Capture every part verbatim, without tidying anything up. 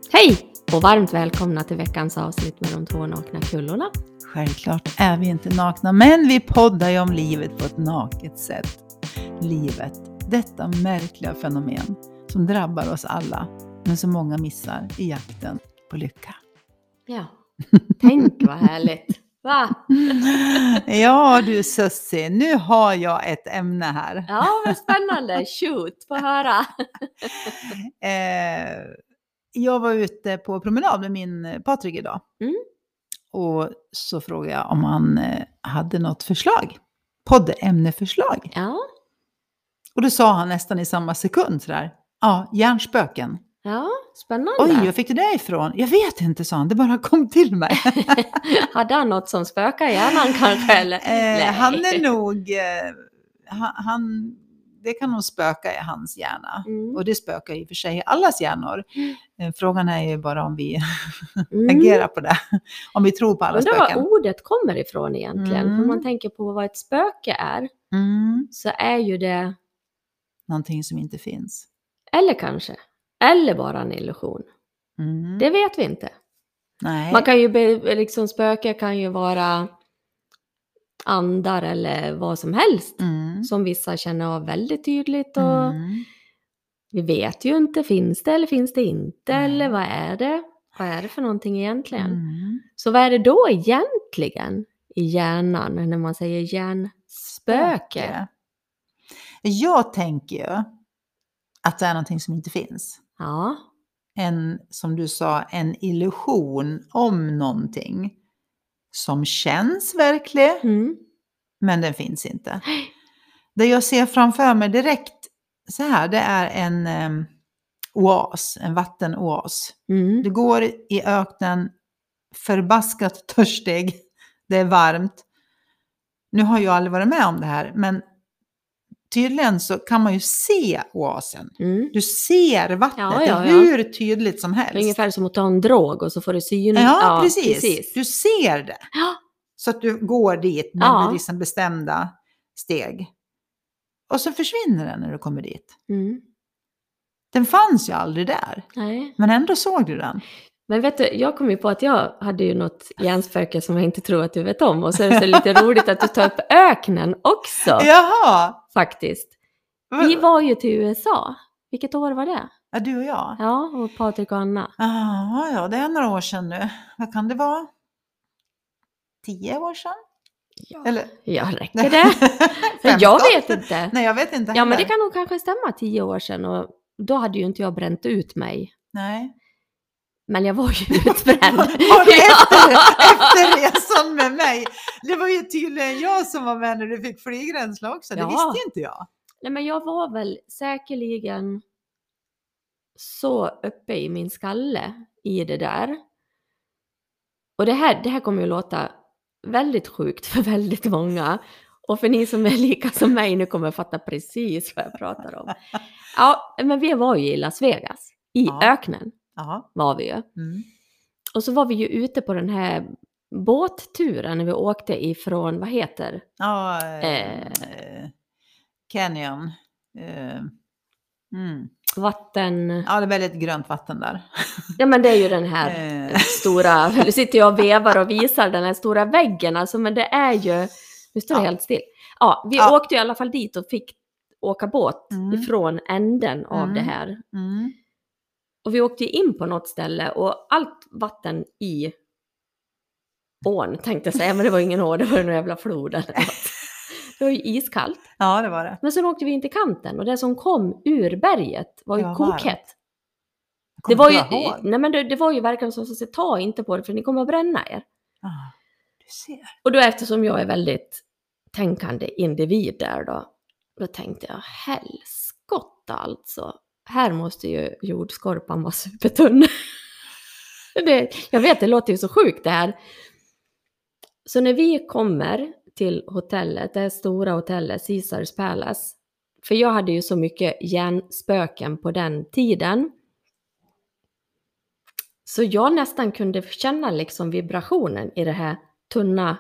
Hej och varmt välkomna till veckans avsnitt med de två nakna kullorna. Självklart är vi inte nakna, men vi poddar ju om livet på ett naket sätt. Livet, detta märkliga fenomen som drabbar oss alla, men så många missar i jakten på lycka. Ja, tänk vad härligt. Va? Ja du Sussi, nu har jag ett ämne här. Ja, vad spännande. Shoot, få höra. eh, jag var ute på promenad med min Patrik idag. Mm. Och så frågade jag om han eh, hade något förslag. Poddämneförslag. Ja. Och då sa han nästan i samma sekund sådär. Ja, hjärnspöken. Ja, spännande. Oj, jag fick det där ifrån. Jag vet inte, sa han. Det bara kom till mig. Hade han något som spökar i hjärnan kanske? Eller? eh, han är nog... Eh, han, han, det kan nog spöka i hans hjärna. Mm. Och det spökar i och för sig i allas hjärnor. Mm. Eh, frågan är ju bara om vi mm. agerar på det. Om vi tror på alla spöken. spöken. Undrar var ordet kommer ifrån egentligen. Mm. För man tänker på vad ett spöke är. Mm. Så är ju det... någonting som inte finns. Eller kanske. Eller bara en illusion. Mm. Det vet vi inte. Nej. Man kan ju be, liksom spöka kan ju vara andar eller vad som helst. Mm. Som vissa känner av väldigt tydligt. Och mm. vi vet ju inte, finns det eller finns det inte? Nej. Eller vad är det? Vad är det för någonting egentligen? Mm. Så vad är det då egentligen i hjärnan när man säger hjärnspöke? Spöke. Jag tänker ju att det är någonting som inte finns. Ja. En, som du sa, en illusion om någonting som känns verklig, mm. men den finns inte. Det jag ser framför mig direkt så här, det är en um, oas, en vattenoas. Mm. Du går i öknen, förbaskat törstig, det är varmt. Nu har jag aldrig varit med om det här, men tydligen så kan man ju se oasen. Mm. Du ser vattnet ja, ja, ja. hur tydligt som helst. Ungefär som att ta en drog och så får du syn. Ja, ja precis. precis. Du ser det. Ja. Så att du går dit med ja. liksom bestämda steg. Och så försvinner den när du kommer dit. Mm. Den fanns ju aldrig där. Nej. Men ändå såg du den. Men vet du, jag kom ju på att jag hade ju något hjärnspöke som jag inte tror att du vet om. Och så är det så lite roligt att du tar upp öknen också. Jaha! Faktiskt. Vi var ju till U S A. Vilket år var det? Ja, du och jag. Ja, och Patrik och Anna. Ah, ja, det är några år sedan nu. Vad kan det vara? Tio år sedan? Ja, Eller? Ja räcker det? Jag vet inte. Nej, jag vet inte heller. Ja, men det kan nog kanske stämma tio år sedan. Och då hade ju inte jag bränt ut mig. Nej. Men jag var ju utbränd. Var det efter, efter resan med mig? Det var ju tydligen jag som var med när du fick flygränsla också. Det ja. visste inte jag. Nej, men jag var väl säkerligen så uppe i min skalle i det där. Och det här, det här kommer ju låta väldigt sjukt för väldigt många. Och för ni som är lika som mig nu kommer fatta precis vad jag pratar om. Ja, men vi var ju i Las Vegas. I ja. öknen. Aha. Var vi ju. Mm. Och så var vi ju ute på den här båtturen när vi åkte ifrån, vad heter? Ja, eh, eh, Canyon. Eh, mm. Vatten. Ja, det är väldigt grönt vatten där. Ja, men det är ju den här stora, nu sitter jag och vevar och visar den här stora väggen. Alltså, men det är ju, nu står det ja. helt still. Ja, vi ja. åkte i alla fall dit och fick åka båt mm. ifrån änden av mm. det här. Mm. Och vi åkte in på något ställe och allt vatten i ån tänkte jag säga. Men det var ingen å, det var en jävla flod eller något. Det var ju iskallt. Ja, det var det. Men så åkte vi in till kanten och det som kom ur berget var ju ja, kokhett. Det var ju, nej men det, det var ju verkligen som att ta inte på det för ni kommer att bränna er. Ah, du ser. Och då eftersom jag är väldigt tänkande individ där då. Då tänkte jag, helskotta alltså. Här måste ju jordskorpan vara supertunn. det, jag vet, det låter ju så sjukt det här. Så när vi kommer till hotellet, det stora hotellet, Caesars Palace. För jag hade ju så mycket hjärnspöken på den tiden. Så jag nästan kunde känna liksom vibrationen i det här tunna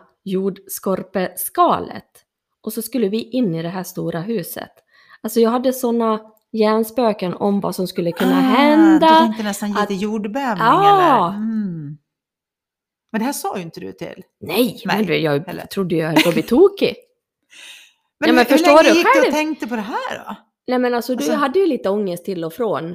jordskorpeskalet. Och så skulle vi in i det här stora huset. Alltså jag hade såna hjärnspöken om vad som skulle kunna ah, hända. Du tänkte nästan lite att, jordbävning ja. eller? Mm. Men det här sa ju inte du till. Nej, Nej men du, jag eller? trodde jag höll på att bli tokig. Men, ja, men hur, förstår hur länge du gick själv? du och tänkte på det här då? Nej men alltså, alltså... du hade ju lite ångest till och från.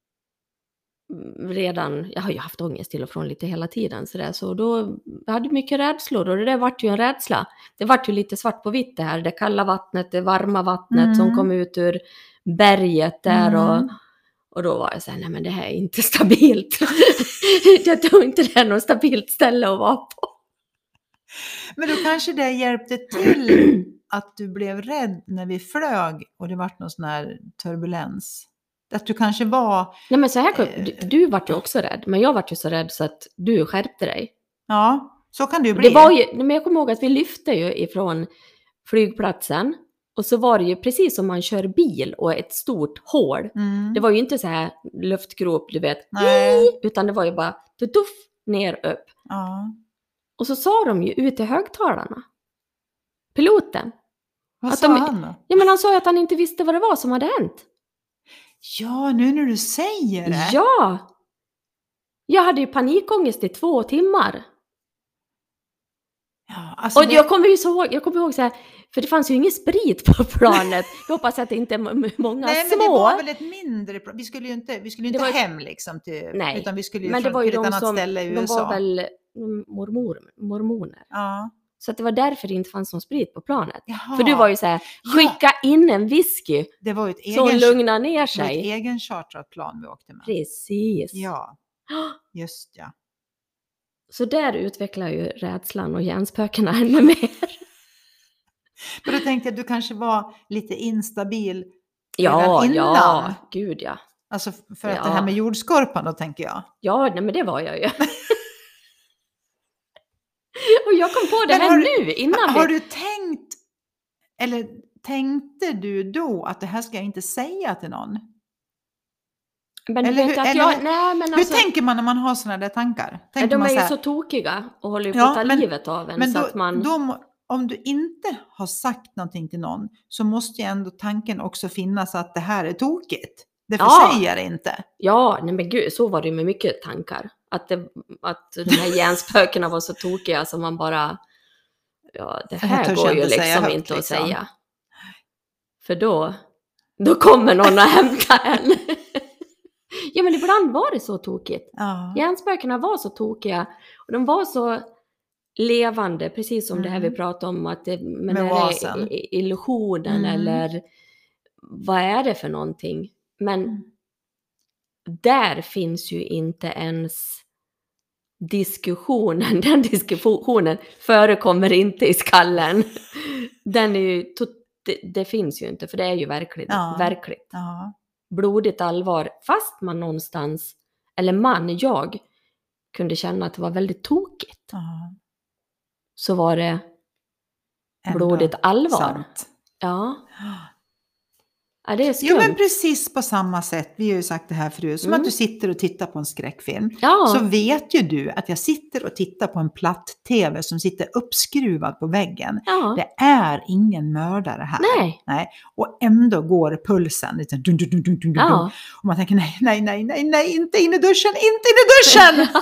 Redan, jag har ju haft ångest till och från lite hela tiden. Så, där, så då jag hade mycket rädslor och det där vart ju en rädsla. Det vart ju lite svart på vitt det här. Det kalla vattnet, det varma vattnet mm. som kom ut ur berget där mm. och... Och då var jag så här, nej men det här är inte stabilt. Jag tror inte det är något stabilt ställe att vara på. Men då kanske det hjälpte till att du blev rädd när vi flög och det var någon sån här turbulens. Att du kanske var... Nej men så här, du, du var ju också rädd. Men jag var ju så rädd så att du skärpte dig. Ja, så kan det ju bli. Det var ju, men jag kommer ihåg att vi lyfte ju ifrån flygplatsen. Och så var det ju precis som man kör bil och ett stort hål. Mm. Det var ju inte så här luftgrop, du vet. Nej. Utan det var ju bara tuff, ner, upp. Ja. Och så sa de ju ut i högtalarna. Piloten. Vad att sa de, han då? Ja men han sa ju att han inte visste vad det var som hade hänt. Ja, nu när du säger det. Ja. Jag hade ju panikångest i två timmar. Ja, alltså och det... jag kommer ju så ihåg, jag kommer ihåg så här, för det fanns ju ingen sprit på planet. Jag hoppas att det inte är många Nej, små. Nej, men det var väl ett mindre plan. Vi skulle ju inte, vi skulle ju inte var... hem liksom till, Nej. Utan vi skulle ju men från, det var ju till ett de annat som, ställe i U S A. De var väl mormor, mormoner. Ja. Så att det var därför det inte fanns någon sprit på planet. Jaha. För du var ju så här, skicka ja. in en whisky. Det var ju ett så egen, lugna ner sig. Det var ett egen chartrat plan vi åkte med. Precis. Ja, just ja. Så där utvecklar ju rädslan och hjärnspökena ännu mer. Men då tänkte jag att du kanske var lite instabil ja, innan. Ja, gud ja. Alltså för att ja. det här med jordskorpan då tänker jag. Ja, nej, men det var jag ju. Och jag kom på det men här har nu du, innan. Har vi... du tänkt, eller tänkte du då att det här ska jag inte säga till någon? Men eller, hur, att eller, jag, nej, men alltså, hur tänker man när man har sådana där tankar? Tänker de man är ju så, här, så tokiga och håller på ja, att ta men, livet av en. Men så då, att man... då, om du inte har sagt någonting till någon så måste ju ändå tanken också finnas att det här är tokigt. Det försäger ja. inte. Ja, nej men gud, så var det med mycket tankar. Att, det, att de här hjärnspökena var så tokiga som man bara... Ja, det här går ju liksom högt, inte att liksom. säga. För då, då kommer någon att hämta en. Ja, men ibland var det så tokigt. Ja. Hjärnspökena var så tokiga. Och de var så levande, precis som mm. det här vi pratade om. Att det, men med är det illusionen mm. eller vad är det för någonting? Men mm. där finns ju inte ens diskussionen. Den diskussionen förekommer inte i skallen. Den är ju, det, det finns ju inte, för det är ju verkligt. Ja. verkligt. Ja. Blodigt allvar, fast man någonstans, eller man, jag, kunde känna att det var väldigt tokigt. Ja. Så var det blodigt ändå allvar. Sant. Ja. Ja, det är skumt. Jo, men precis på samma sätt, vi har ju sagt det här förut, som mm. att du sitter och tittar på en skräckfilm. Ja. Så vet ju du att jag sitter och tittar på en platt-tv som sitter uppskruvad på väggen. Ja. Det är ingen mördare här. Nej. Nej. Och ändå går pulsen lite dun, dun, dun, dun, dun, ja. dun. Och man tänker nej, nej, nej, nej, nej, inte in i duschen, inte in i duschen!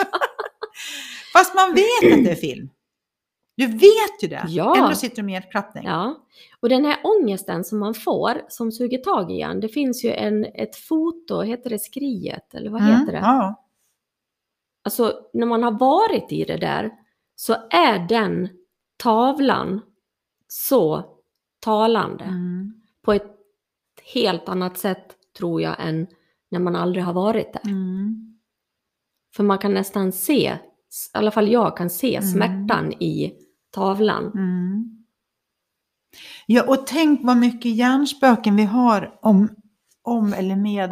Fast man vet att det är film. Du vet ju det. Ja. Ändå sitter du med hjärtklappning. Ja. Och den här ångesten som man får, som suger tag i en, det finns ju en, ett foto, heter det skriet? Eller vad mm. heter det? Ja. Alltså, när man har varit i det där, så är den tavlan så talande. Mm. På ett helt annat sätt, tror jag, än när man aldrig har varit där. Mm. För man kan nästan se, i alla fall jag kan se mm. smärtan i tavlan. Mm. Ja, och tänk vad mycket hjärnspöken vi har om, om eller med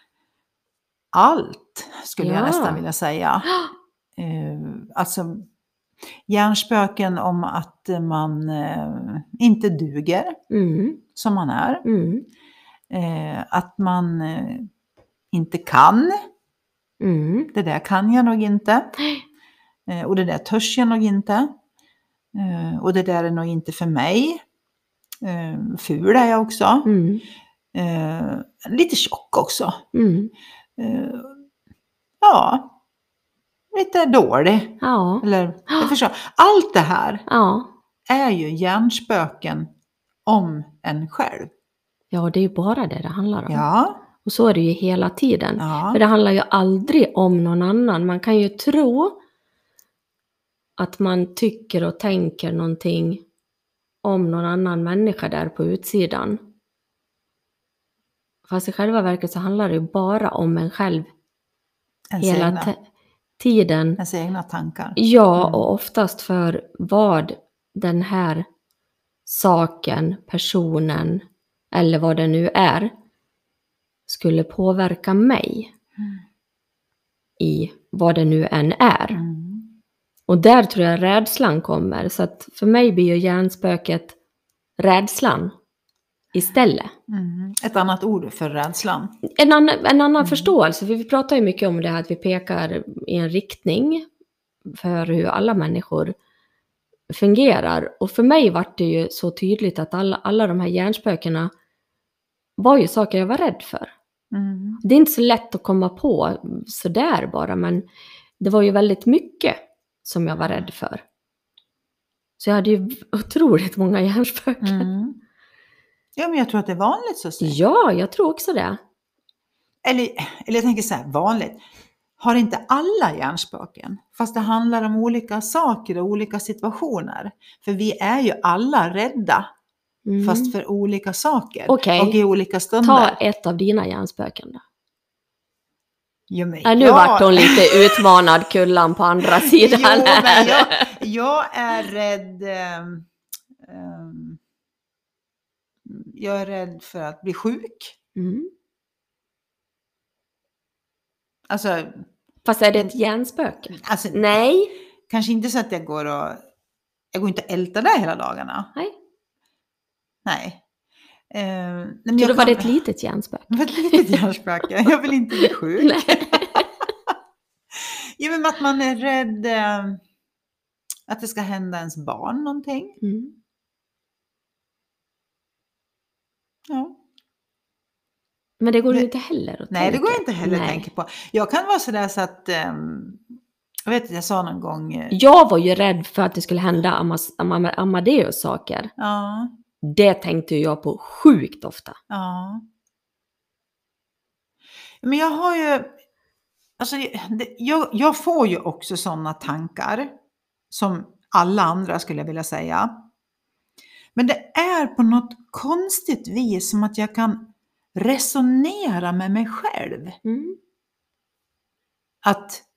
allt, skulle ja. jag nästan vilja säga. Uh, alltså hjärnspöken om att man uh, inte duger mm. som man är. Mm. Uh, att man uh, inte kan. Mm. Det där kan jag nog inte. Uh, och det där törs jag nog inte. Uh, och det där är nog inte för mig. Uh, ful är jag också. Mm. Eh, lite tjock också. Mm. Eh, ja, lite dålig. Ja. Eller, jag förstår. Allt det här Ja. är ju hjärnspöken om en själv. Ja, det är ju bara det det handlar om. Ja. Och så är det ju hela tiden. Ja. För det handlar ju aldrig om någon annan. Man kan ju tro att man tycker och tänker någonting om någon annan människa där på utsidan. Fast i själva verket så handlar det ju bara om en själv. Ens hela egna, te- tiden. ens egna tankar. Ja, Mm. och oftast för vad den här saken, personen eller vad det nu är skulle påverka mig Mm. i vad det nu än är. Mm. Och där tror jag rädslan kommer. Så att för mig blir ju hjärnspöket rädslan istället. Mm. Ett annat ord för rädslan. En annan, en annan Mm. förståelse, för vi pratar ju mycket om det här att vi pekar i en riktning för hur alla människor fungerar. Och för mig var det ju så tydligt att alla, alla de här hjärnspökena var ju saker jag var rädd för. Mm. Det är inte så lätt att komma på sådär bara, men det var ju väldigt mycket som jag var rädd för. Så jag hade ju otroligt många hjärnspöken. Mm. Ja, men jag tror att det är vanligt så att säga. Ja, jag tror också det. Eller, eller jag tänker så här, vanligt. Har inte alla hjärnspöken? Fast det handlar om olika saker och olika situationer. För vi är ju alla rädda. Mm. Fast för olika saker. Okej. Och i olika stunder. Ta ett av dina hjärnspöken då. Jo, men Ja, nu jag... vart hon lite utmanad, Kullan, på andra sidan. Jo, men jag, jag är rädd... Um, um, jag är rädd för att bli sjuk. Mm. Alltså... Fast är det ett hjärnspöke? Alltså, Nej. Kanske inte så att jag går och... Jag går inte och ältar där hela dagarna. Nej. Nej. Uh, men Så jag då var kan... det ett litet hjärnspöke? Ett litet hjärnspöke. Jag vill inte bli sjuk. Nej. Jo, men att man är rädd uh, att det ska hända ens barn någonting. Mm. Ja. Men det går ju det, inte heller att Nej, tänka. det går inte heller att Nej. tänka på. Jag kan vara sådär så att... Um, jag vet att jag sa någon gång... Uh, Jag var ju rädd för att det skulle hända Amas, Am- Amadeus saker. ja. Det tänkte jag på sjukt ofta. Ja. Men jag har ju... Alltså, det, jag, jag får ju också sådana tankar. Som alla andra skulle jag vilja säga. Men det är på något konstigt vis som att jag kan resonera med mig själv. Mm. Att...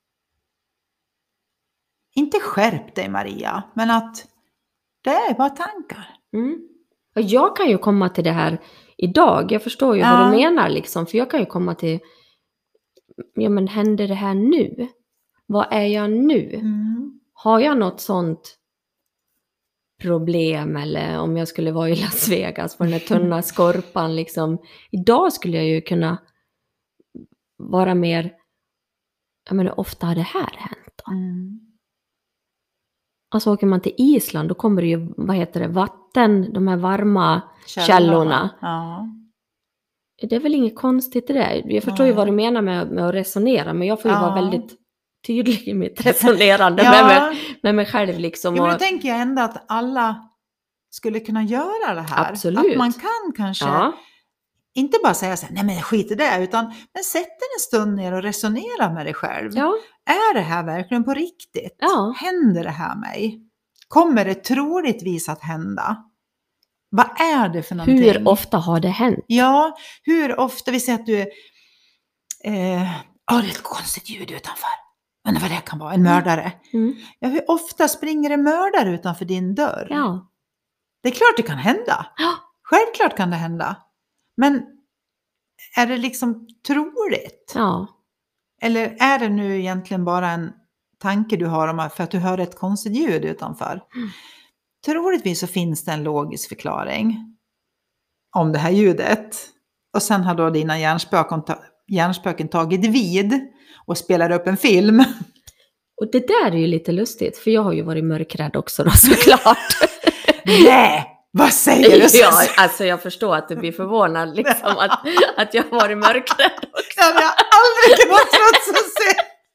Inte skärp dig, Maria. Men att det är bara tankar. Mm. Och jag kan ju komma till det här idag. Jag förstår ju Ja. vad du menar liksom. För jag kan ju komma till... Ja, men händer det här nu? Vad är jag nu? Mm. Har jag något sånt problem? Eller om jag skulle vara i Las Vegas på den här tunna skorpan liksom. Idag skulle jag ju kunna vara mer... Jag menar, ofta har det här hänt då. Mm. Alltså åker man till Island, då kommer det ju, vad heter det, vatten, de här varma källorna. Ja. Det är väl inget konstigt i det. Jag förstår Nej. ju vad du menar med, med att resonera, men jag får ju Ja. vara väldigt tydlig i mitt resonerande Ja. med, mig, med mig själv liksom. Ja, men Och, då tänker jag ändå att alla skulle kunna göra det här. Absolut. Att man kan kanske ja, inte bara säga så här, nej men skit i det, utan men sätt dig en stund ner och resonera med dig själv. ja, Är det här verkligen på riktigt? Ja. Händer det här mig? Kommer det troligtvis att hända? Vad är det för någonting? hur ofta har det hänt? Ja, hur ofta? Vi säger att du... Eh, oh, det är ett konstigt ljud utanför. Undrar vad det kan vara, en mördare. Mm. Ja, hur ofta springer en mördare utanför din dörr? Ja. Det är klart det kan hända. Ja. Självklart kan det hända. Men är det liksom troligt? Ja. Eller är det nu egentligen bara en tanke du har om för att du hör ett konstigt ljud utanför? Mm. Troligtvis så finns det en logisk förklaring om det här ljudet. Och sen har då dina hjärnspöken, hjärnspöken tagit vid och spelar upp en film. Och det där är ju lite lustigt, för jag har ju varit mörkrädd också då, såklart. Nej, Vad säger du? Ja, alltså jag förstår att du blir förvånad liksom att, att jag var i mörkrädd också. Det hade jag aldrig kunnat tro att se.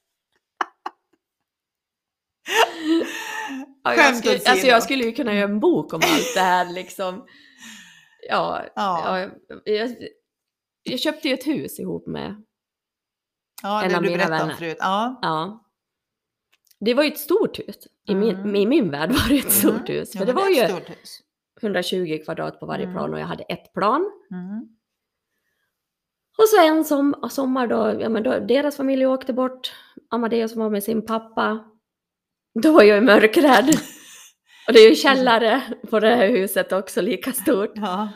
Ja, jag, skulle, alltså jag skulle ju kunna göra en bok om allt det här liksom. Ja, ja. ja jag, jag köpte ju ett hus ihop med ja, en det av du mina berättade om vänner. förut. Ja. Ja. Det var ju ett stort hus. I min, Mm. i min värld var det ett stort Mm. hus. För Ja, det men var det är ett ju stort hus. hundratjugo kvadrat på varje Mm. plan och jag hade ett plan. Mm. Och så en som, sommar då, ja men då, deras familj åkte bort. Amadeus som var med sin pappa. Då var jag mörkrädd. Och det är ju källare på det här huset också lika stort. Ja.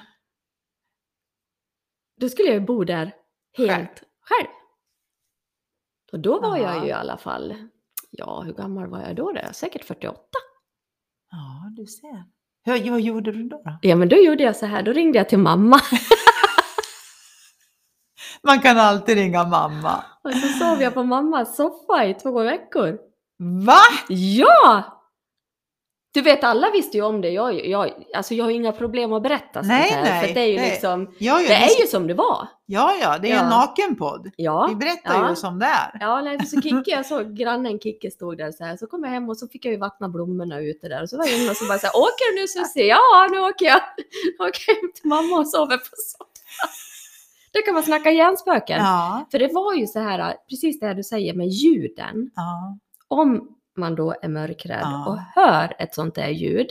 Då skulle jag ju bo där helt Själv. själv. Och då var Aha. jag ju i alla fall, ja hur gammal var jag då? Det? Säkert fyrtioåtta. Ja, du ser. Hur, vad gjorde du då, då? Ja men då gjorde jag så här, då ringde jag till mamma. Man kan alltid ringa mamma. Och så sov jag på mammas soffa i två veckor. Va? Ja! Du vet, alla visste ju om det. Jag, jag, alltså jag har inga problem att berätta sånt Nej, här. nej, För det är ju nej. liksom, Ja, ja, det är ju som det var. Ja, ja, det är Ja. en nakenpodd. Ja. Vi berättar ja. ju som det är. Ja, nej, så Kicke, jag såg grannen Kicke stod där så här. Så kom jag hem och så fick jag ju vattna blommorna ute där. Och så var jag inne och så bara så här, åker du nu Susie? Ja, nu åker jag. Jag åker hem till mamma och sover på soffan. Det kan man snacka hjärnspöken. Ja. För det var ju så här, precis det här du säger med ljuden. Ja. Om man då är mörkrädd Ja. och hör ett sånt där ljud.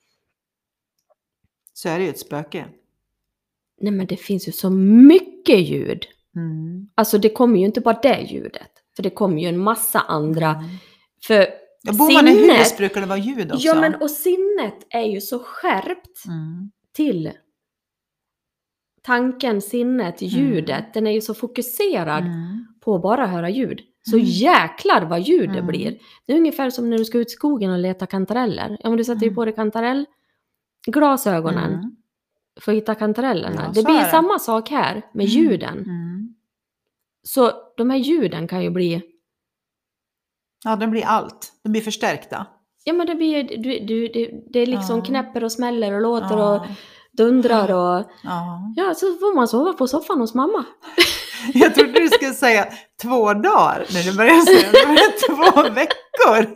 Så är det ju ett spöke. Nej men det finns ju så mycket ljud. Mm. Alltså det kommer ju inte bara det ljudet. För det kommer ju en massa andra. Mm. För Ja, bor man i sinnet- hus brukar det vara ljud också. Ja men och sinnet är ju så skärpt Mm. till tanken, sinnet, ljudet. Den är ju så fokuserad Mm. på att bara höra ljud. Så Mm. jäklar vad ljud det Mm. blir. Det är ungefär som när du ska ut i skogen och leta kantareller. Ja men du sätter ju Mm. på dig kantarellglasögonen Mm. för att hitta kantarellerna. Ja, det så blir är det. samma sak här med ljuden. Mm. Så de här ljuden kan ju bli, Ja, de blir allt. De blir förstärkta. ja men det blir, du, du, det, det är liksom Ja. knäpper och smäller och låter Ja. och dundrar och Ja. ja, så får man sova på soffan hos mamma. Jag trodde du skulle säga två dagar när du började säga det var två veckor.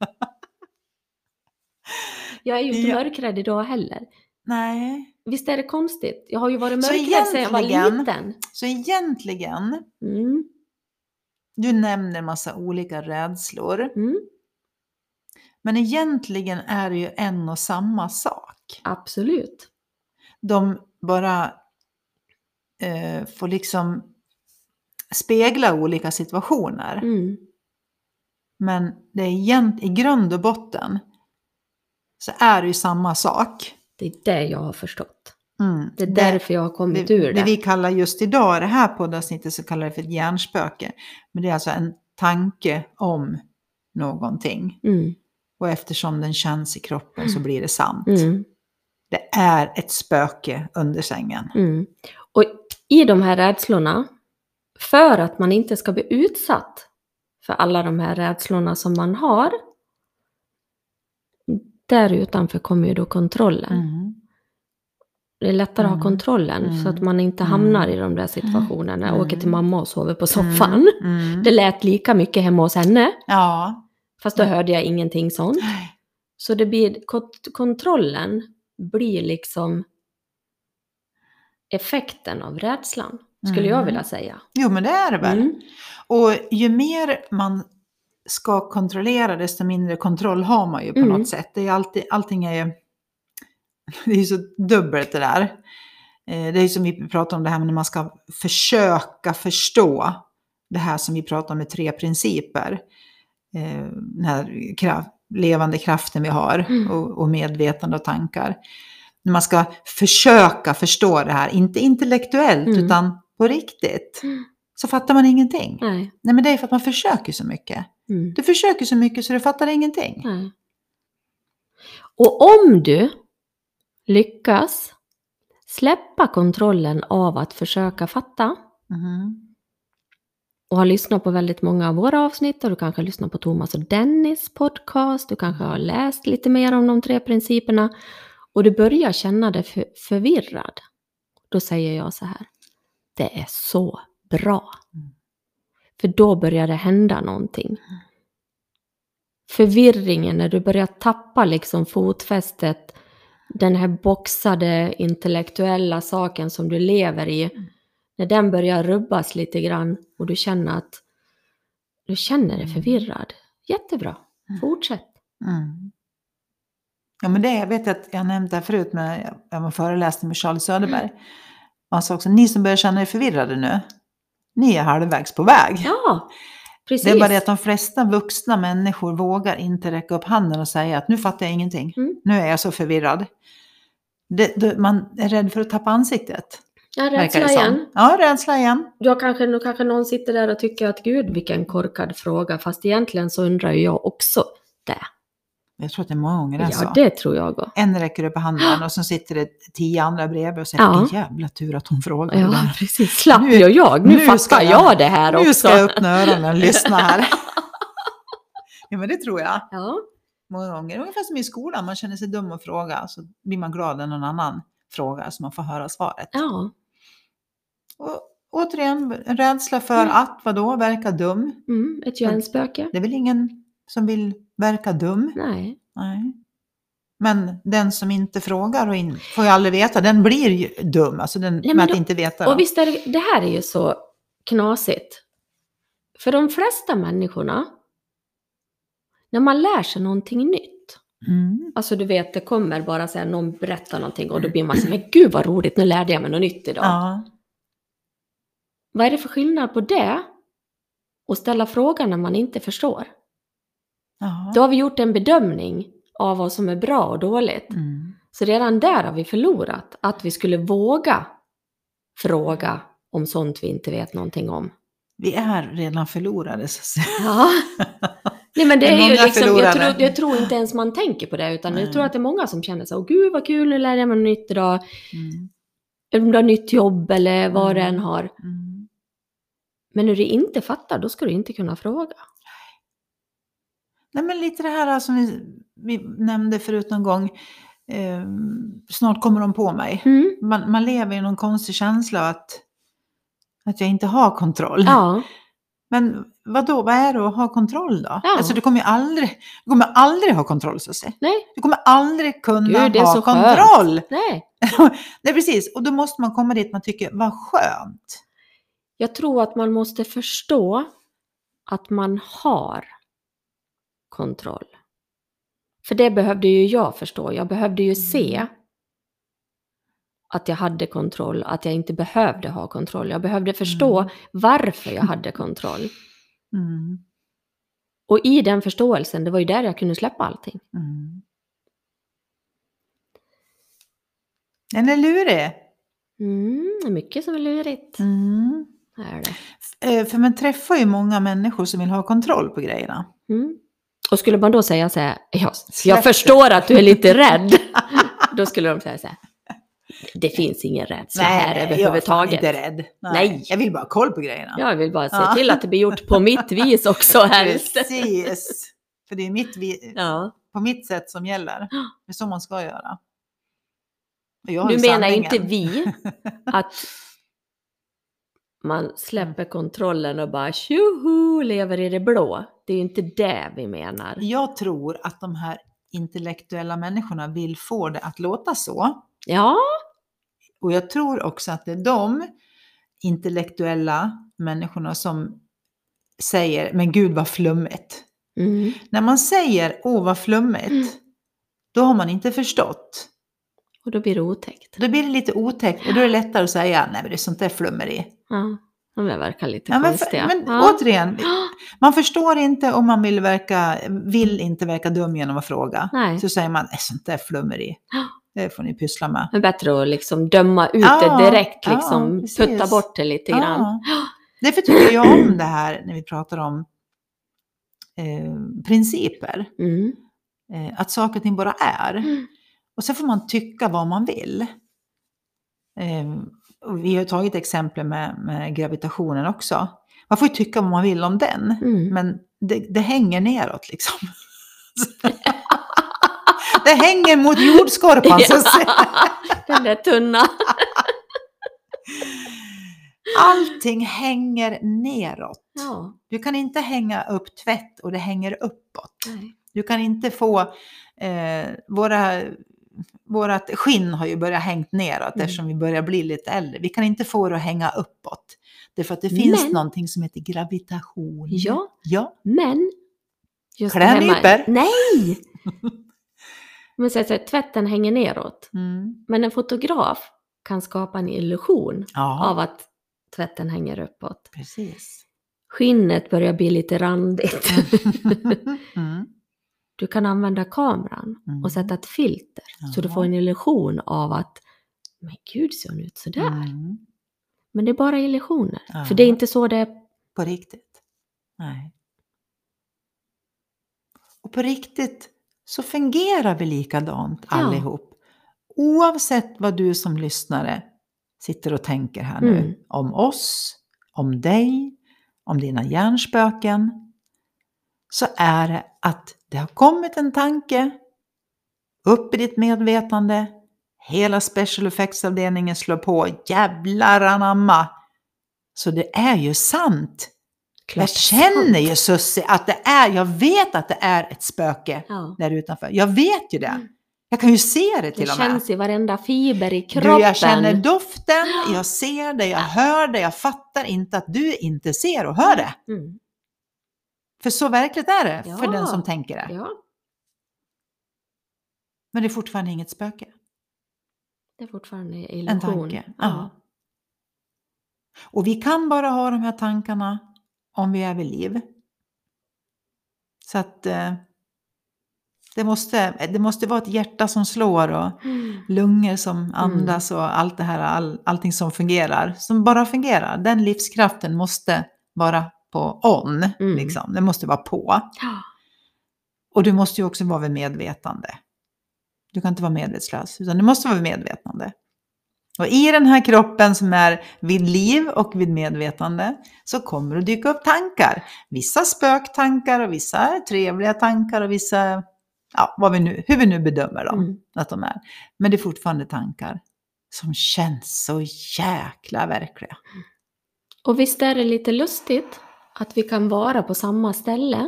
Jag är ju inte Ja. mörkrädd idag heller. Nej, Visst är det konstigt? Jag har ju varit Så mörkrädd sedan jag var egentligen- liten. så egentligen, Mm, du nämner massa olika rädslor, mm, men egentligen är det ju en och samma sak. absolut. De bara eh, får liksom spegla olika situationer. Mm, Men det är egent, i grund och botten så är det ju samma sak. det är det jag har förstått. Mm. Det är därför jag har kommit det, ur det. det vi kallar just idag, det här poddavsnittet, så kallar det för ett hjärnspöke. Men det är alltså en tanke om någonting. Mm, Och eftersom den känns i kroppen så blir det sant. mm, Det är ett spöke under sängen. mm. Och i de här rädslorna, för att man inte ska bli utsatt för alla de här rädslorna som man har, där utanför kommer ju då kontrollen. Mm. Det är lättare att ha Mm. kontrollen Mm. så att man inte hamnar i de där situationerna. Jag Mm. åker till mamma och sover på soffan. Mm. Det lät lika mycket hemma hos henne, Ja. fast då hörde jag ingenting sånt. Nej. Så det blir, kont- kontrollen blir liksom effekten av rädslan, skulle jag Mm. vilja säga. Jo, men det är det väl. Mm. Och ju mer man ska kontrollera, desto mindre kontroll har man ju på Mm. något sätt. Det är alltid, allting är ju det är ju så dubbelt det där. Eh, Det är ju som vi pratar om det här när man ska försöka förstå det här som vi pratar om med tre principer. Eh, Den här kraft, levande kraften vi har Mm. och, och medvetande och tankar. När man ska försöka förstå det här, inte intellektuellt Mm. utan på riktigt, Mm. så fattar man ingenting. Nej. Nej, men det är för att man försöker så mycket. Mm. Du försöker så mycket så du fattar ingenting. Nej. Och om du lyckas släppa kontrollen av att försöka fatta, Mhm. och har lyssnat på väldigt många av våra avsnitt, och du kanske har lyssnat på Thomas och Dennis podcast, du kanske har läst lite mer om de tre principerna, och du börjar känna dig för, förvirrad, då säger jag så här: det är så bra. Mm. För då börjar det hända någonting. Mm. Förvirringen, när du börjar tappa liksom fotfästet, den här boxade intellektuella saken som du lever i, mm. när den börjar rubbas lite grann och du känner att du känner dig förvirrad. Jättebra, fortsätt. Mm. Ja, men det, jag vet att jag nämnde det förut, men jag var föreläsning med Charles Söderberg. Mm. Han sa också, ni som börjar känna er förvirrade nu, ni är halvvägs på väg. Ja, precis. Det är bara det att de flesta vuxna människor vågar inte räcka upp handen och säga att nu fattar jag ingenting. Mm. Nu är jag så förvirrad. Det, det, man är rädd för att tappa ansiktet. Ja, rädsla igen. Ja, rädsla igen. Jag kanske, nu kanske någon sitter där och tycker att gud, vilken korkad fråga. Fast egentligen så undrar ju jag också det. Jag tror att det är många gånger det är ja, så. Ja, det tror jag också. En räcker upp handen och så sitter det tio andra bredvid och säger, ja. Jävla tur att hon frågar. Ja, det. Precis. Slapp nu, jag jag. Nu, nu fattar jag, jag det här nu också. Nu ska jag öppna öronen och lyssna här. Ja, men det tror jag. Ja. Många gånger. Ungefär som i skolan. Man känner sig dum och fråga. Så blir man glad när någon annan frågar så man får höra svaret. Ja. Och återigen, rädsla för mm. att vadå? Verka dum. Mm, ett hjärnspöke. Det är väl ingen som vill verka dum? Nej. Nej. Men den som inte frågar och in, får ju aldrig veta, den blir ju dum. Alltså den Nej, med då, att inte veta. Och visst är det, det här är ju så knasigt. För de flesta människorna, när man lär sig någonting nytt. Mm. Alltså du vet, det kommer bara så här, någon berättar någonting och då blir man så, men gud vad roligt, nu lärde jag mig något nytt idag. Ja. Vad är det för skillnad på det och ställa frågan när man inte förstår? Ja. Då har vi gjort en bedömning av vad som är bra och dåligt. Mm. Så redan där har vi förlorat att vi skulle våga fråga om sånt vi inte vet någonting om. Vi är redan förlorade så att säga. Ja. Nej, men det är, är ju liksom, jag tror, jag tror inte ens man tänker på det, utan Nej. jag tror att det är många som känner så, åh gud vad kul, nu lär jag mig något nytt idag. Mm. Om du har nytt jobb eller vad mm. det än har. Mm. Men när du inte fattar, då ska du inte kunna fråga. Nej, men lite det här som vi, vi nämnde förut någon gång. Eh, snart kommer de på mig. Mm. Man, man lever i någon konstig känsla att, att jag inte har kontroll. Ja. Men vadå, vad är det att ha kontroll då? Ja. Alltså du kommer ju aldrig, du kommer aldrig ha kontroll så att säga. Nej. Du kommer aldrig kunna Gud, ha kontroll. Skönt. Nej. Nej, precis. Och då måste man komma dit man tycker, vad skönt. Jag tror att man måste förstå att man har kontroll. För det behövde ju jag förstå. Jag behövde ju se att jag hade kontroll. Att jag inte behövde ha kontroll. Jag behövde förstå mm. varför jag hade kontroll. Mm. Och i den förståelsen, det var ju där jag kunde släppa allting. Mm. Den är lurig. Mm, det är mycket som är lurigt. Mm. Är det. För man träffar ju många människor som vill ha kontroll på grejerna. Mm. Och skulle man då säga så här, jag, jag förstår att du är lite rädd. Då skulle de säga så här, det finns ingen rädsla nej, här överhuvudtaget. Jag är inte rädd. Nej. Nej. Jag vill bara ha koll på grejerna. Jag vill bara se ja. till att det blir gjort på mitt vis också helst. Precis. För det är mitt vi- ja. på mitt sätt som gäller. Det är så man ska göra. Nu menar sanningen. Inte vi att man släpper kontrollen och bara tjoho, lever i det blå. Det är ju inte det vi menar. Jag tror att de här intellektuella människorna vill få det att låta så. Ja. Och jag tror också att det är de intellektuella människorna som säger, men gud vad flummigt. Mm. När man säger, åh vad flummigt, mm. då har man inte förstått. Och då blir det otäckt. Då blir det lite otäckt och då är det lättare att säga, nej men det är sånt där flummeri. Ja, de verkar lite ja, konstiga. Men, men ja. återigen, man förstår inte om man vill, verka, vill inte verka dum genom att fråga. Nej. Så säger man, nej sånt där flummeri. Det får ni pyssla med. Det är bättre att liksom döma ut ja, det direkt, liksom ja, putta bort det lite grann. Ja. Därför tycker jag om det här när vi pratar om eh, principer. Mm. Eh, att saker och ting bara är. Mm. Och så får man tycka vad man vill. Eh, och vi har tagit exempel med, med gravitationen också. Man får ju tycka vad man vill om den. Mm. Men det, det hänger neråt liksom. Det hänger mot jordskorpan. Så den där tunna. Allting hänger neråt. Ja. Du kan inte hänga upp tvätt och det hänger uppåt. Nej. Du kan inte få eh, våra, vårat skinn har ju börjat hängt neråt mm. eftersom vi börjar bli lite äldre. Vi kan inte få det att hänga uppåt. Det är för att det finns men, någonting som heter gravitation. Ja, ja. men just klädnyper. Nej! Men så att tvätten hänger neråt. Mm. Men en fotograf kan skapa en illusion ja. av att tvätten hänger uppåt. Precis. Skinnet börjar bli lite randigt. mm. Du kan använda kameran mm. och sätta ett filter. Ja. Så du får en illusion av att men gud, ser hon ut sådär. Mm. Men det är bara illusioner. Ja. För det är inte så det är på riktigt. Nej. Och på riktigt så fungerar vi likadant ja. allihop. Oavsett vad du som lyssnare sitter och tänker här nu. Mm. Om oss, om dig, om dina hjärnspöken. Så är det att det har kommit en tanke upp i ditt medvetande. Hela special effects-avdelningen slår på. Jävlar anamma. Så det är ju sant. Klart jag känner sant. ju Sussi att det är, jag vet att det är ett spöke ja. där utanför. Jag vet ju det. Mm. Jag kan ju se det till det och med. Det känns i varenda fiber i kroppen. Du, jag känner doften, jag ser det, jag hör det. Jag fattar inte att du inte ser och hör det. Mm. För så verkligt är det ja. för den som tänker det. Ja. Men det är fortfarande inget spöke. Det är fortfarande illusion. En tanke, ja. ja. Och vi kan bara ha de här tankarna om vi är vid liv. Så att eh, det, måste, det måste vara ett hjärta som slår och mm. lungor som andas mm. och allt det här, all, allting som fungerar. Som bara fungerar. Den livskraften måste vara på on. Mm. Liksom. Den måste vara på. Ja. Och du måste ju också vara vid medvetande. Du kan inte vara medvetslös, utan du måste vara vid medvetande. Och i den här kroppen som är vid liv och vid medvetande så kommer det dyka upp tankar. Vissa spöktankar och vissa trevliga tankar och vissa, ja, vad vi nu, hur vi nu bedömer dem mm. att de är. Men det är fortfarande tankar som känns så jäkla verkliga. Och visst är det lite lustigt att vi kan vara på samma ställe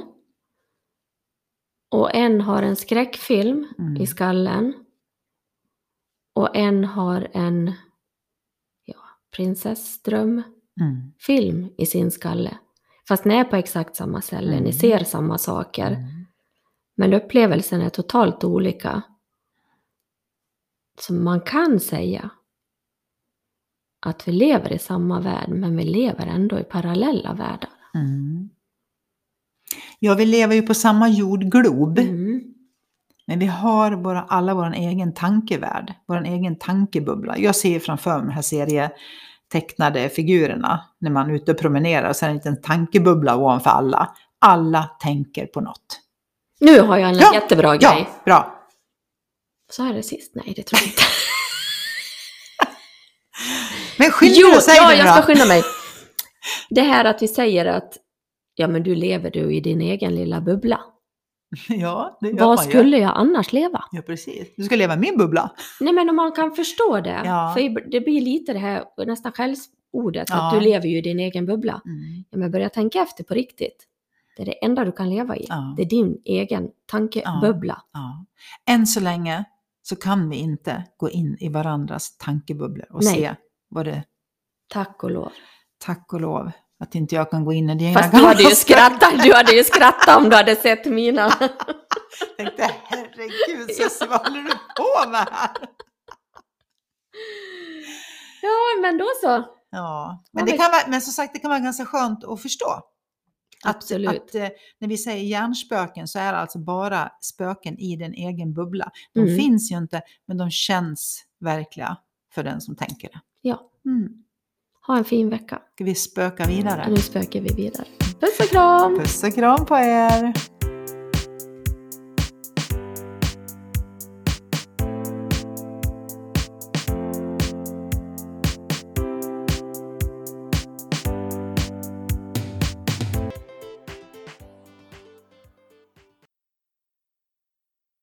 och en har en skräckfilm mm. i skallen. Och en har en ja, prinsessdrömfilm mm. i sin skalle. Fast ni är på exakt samma ställe, mm. ni ser samma saker. Mm. Men upplevelsen är totalt olika. Så man kan säga att vi lever i samma värld, men vi lever ändå i parallella världar. Mm. Ja, vi lever ju på samma jordglob. Mm. Men vi har våra, alla vår egen tankevärld, vår egen tankebubbla. Jag ser framför mig de här serietecknade figurerna när man är ute och promenerar och sen en liten tankebubbla ovanför alla. Alla tänker på något. Nu har jag en ja, jättebra grej. Ja, bra. Så är det sist? Nej, det tror jag inte. Men skynda jo, dig, säg ja, det jag då. ska skynda mig. Det här att vi säger att ja, men du lever du i din egen lilla bubbla. Ja, det gör Vad man skulle ju. jag annars leva? Ja, precis. Du ska leva i min bubbla. Nej, men om man kan förstå det. Ja. För det blir lite det här nästan skällsordet. Ja. Att du lever ju i din egen bubbla. Mm. Ja, men börja tänka efter på riktigt. Det är det enda du kan leva i. Ja. Det är din egen tankebubbla. Ja. Ja. Än så länge så kan vi inte gå in i varandras tankebubblor och Nej. se vad det... Tack och lov. Tack och lov. Att inte jag kan gå in i dina Fast du hade ju skrattat, du hade ju skrattat om du hade sett mina. Jag tänkte, herregud Sussi, vad håller du på med här? Ja, men då så. Ja, men, det kan vara, men som sagt, det kan vara ganska skönt att förstå. Att, Absolut. Att, att när vi säger hjärnspöken så är det alltså bara spöken i den egen bubbla. De mm. finns ju inte, men de känns verkliga för den som tänker det. Ja. Mm. Ha en fin vecka. Ska vi spöka vidare? Nu spökar vi vidare. Puss och kram! Puss och kram på er!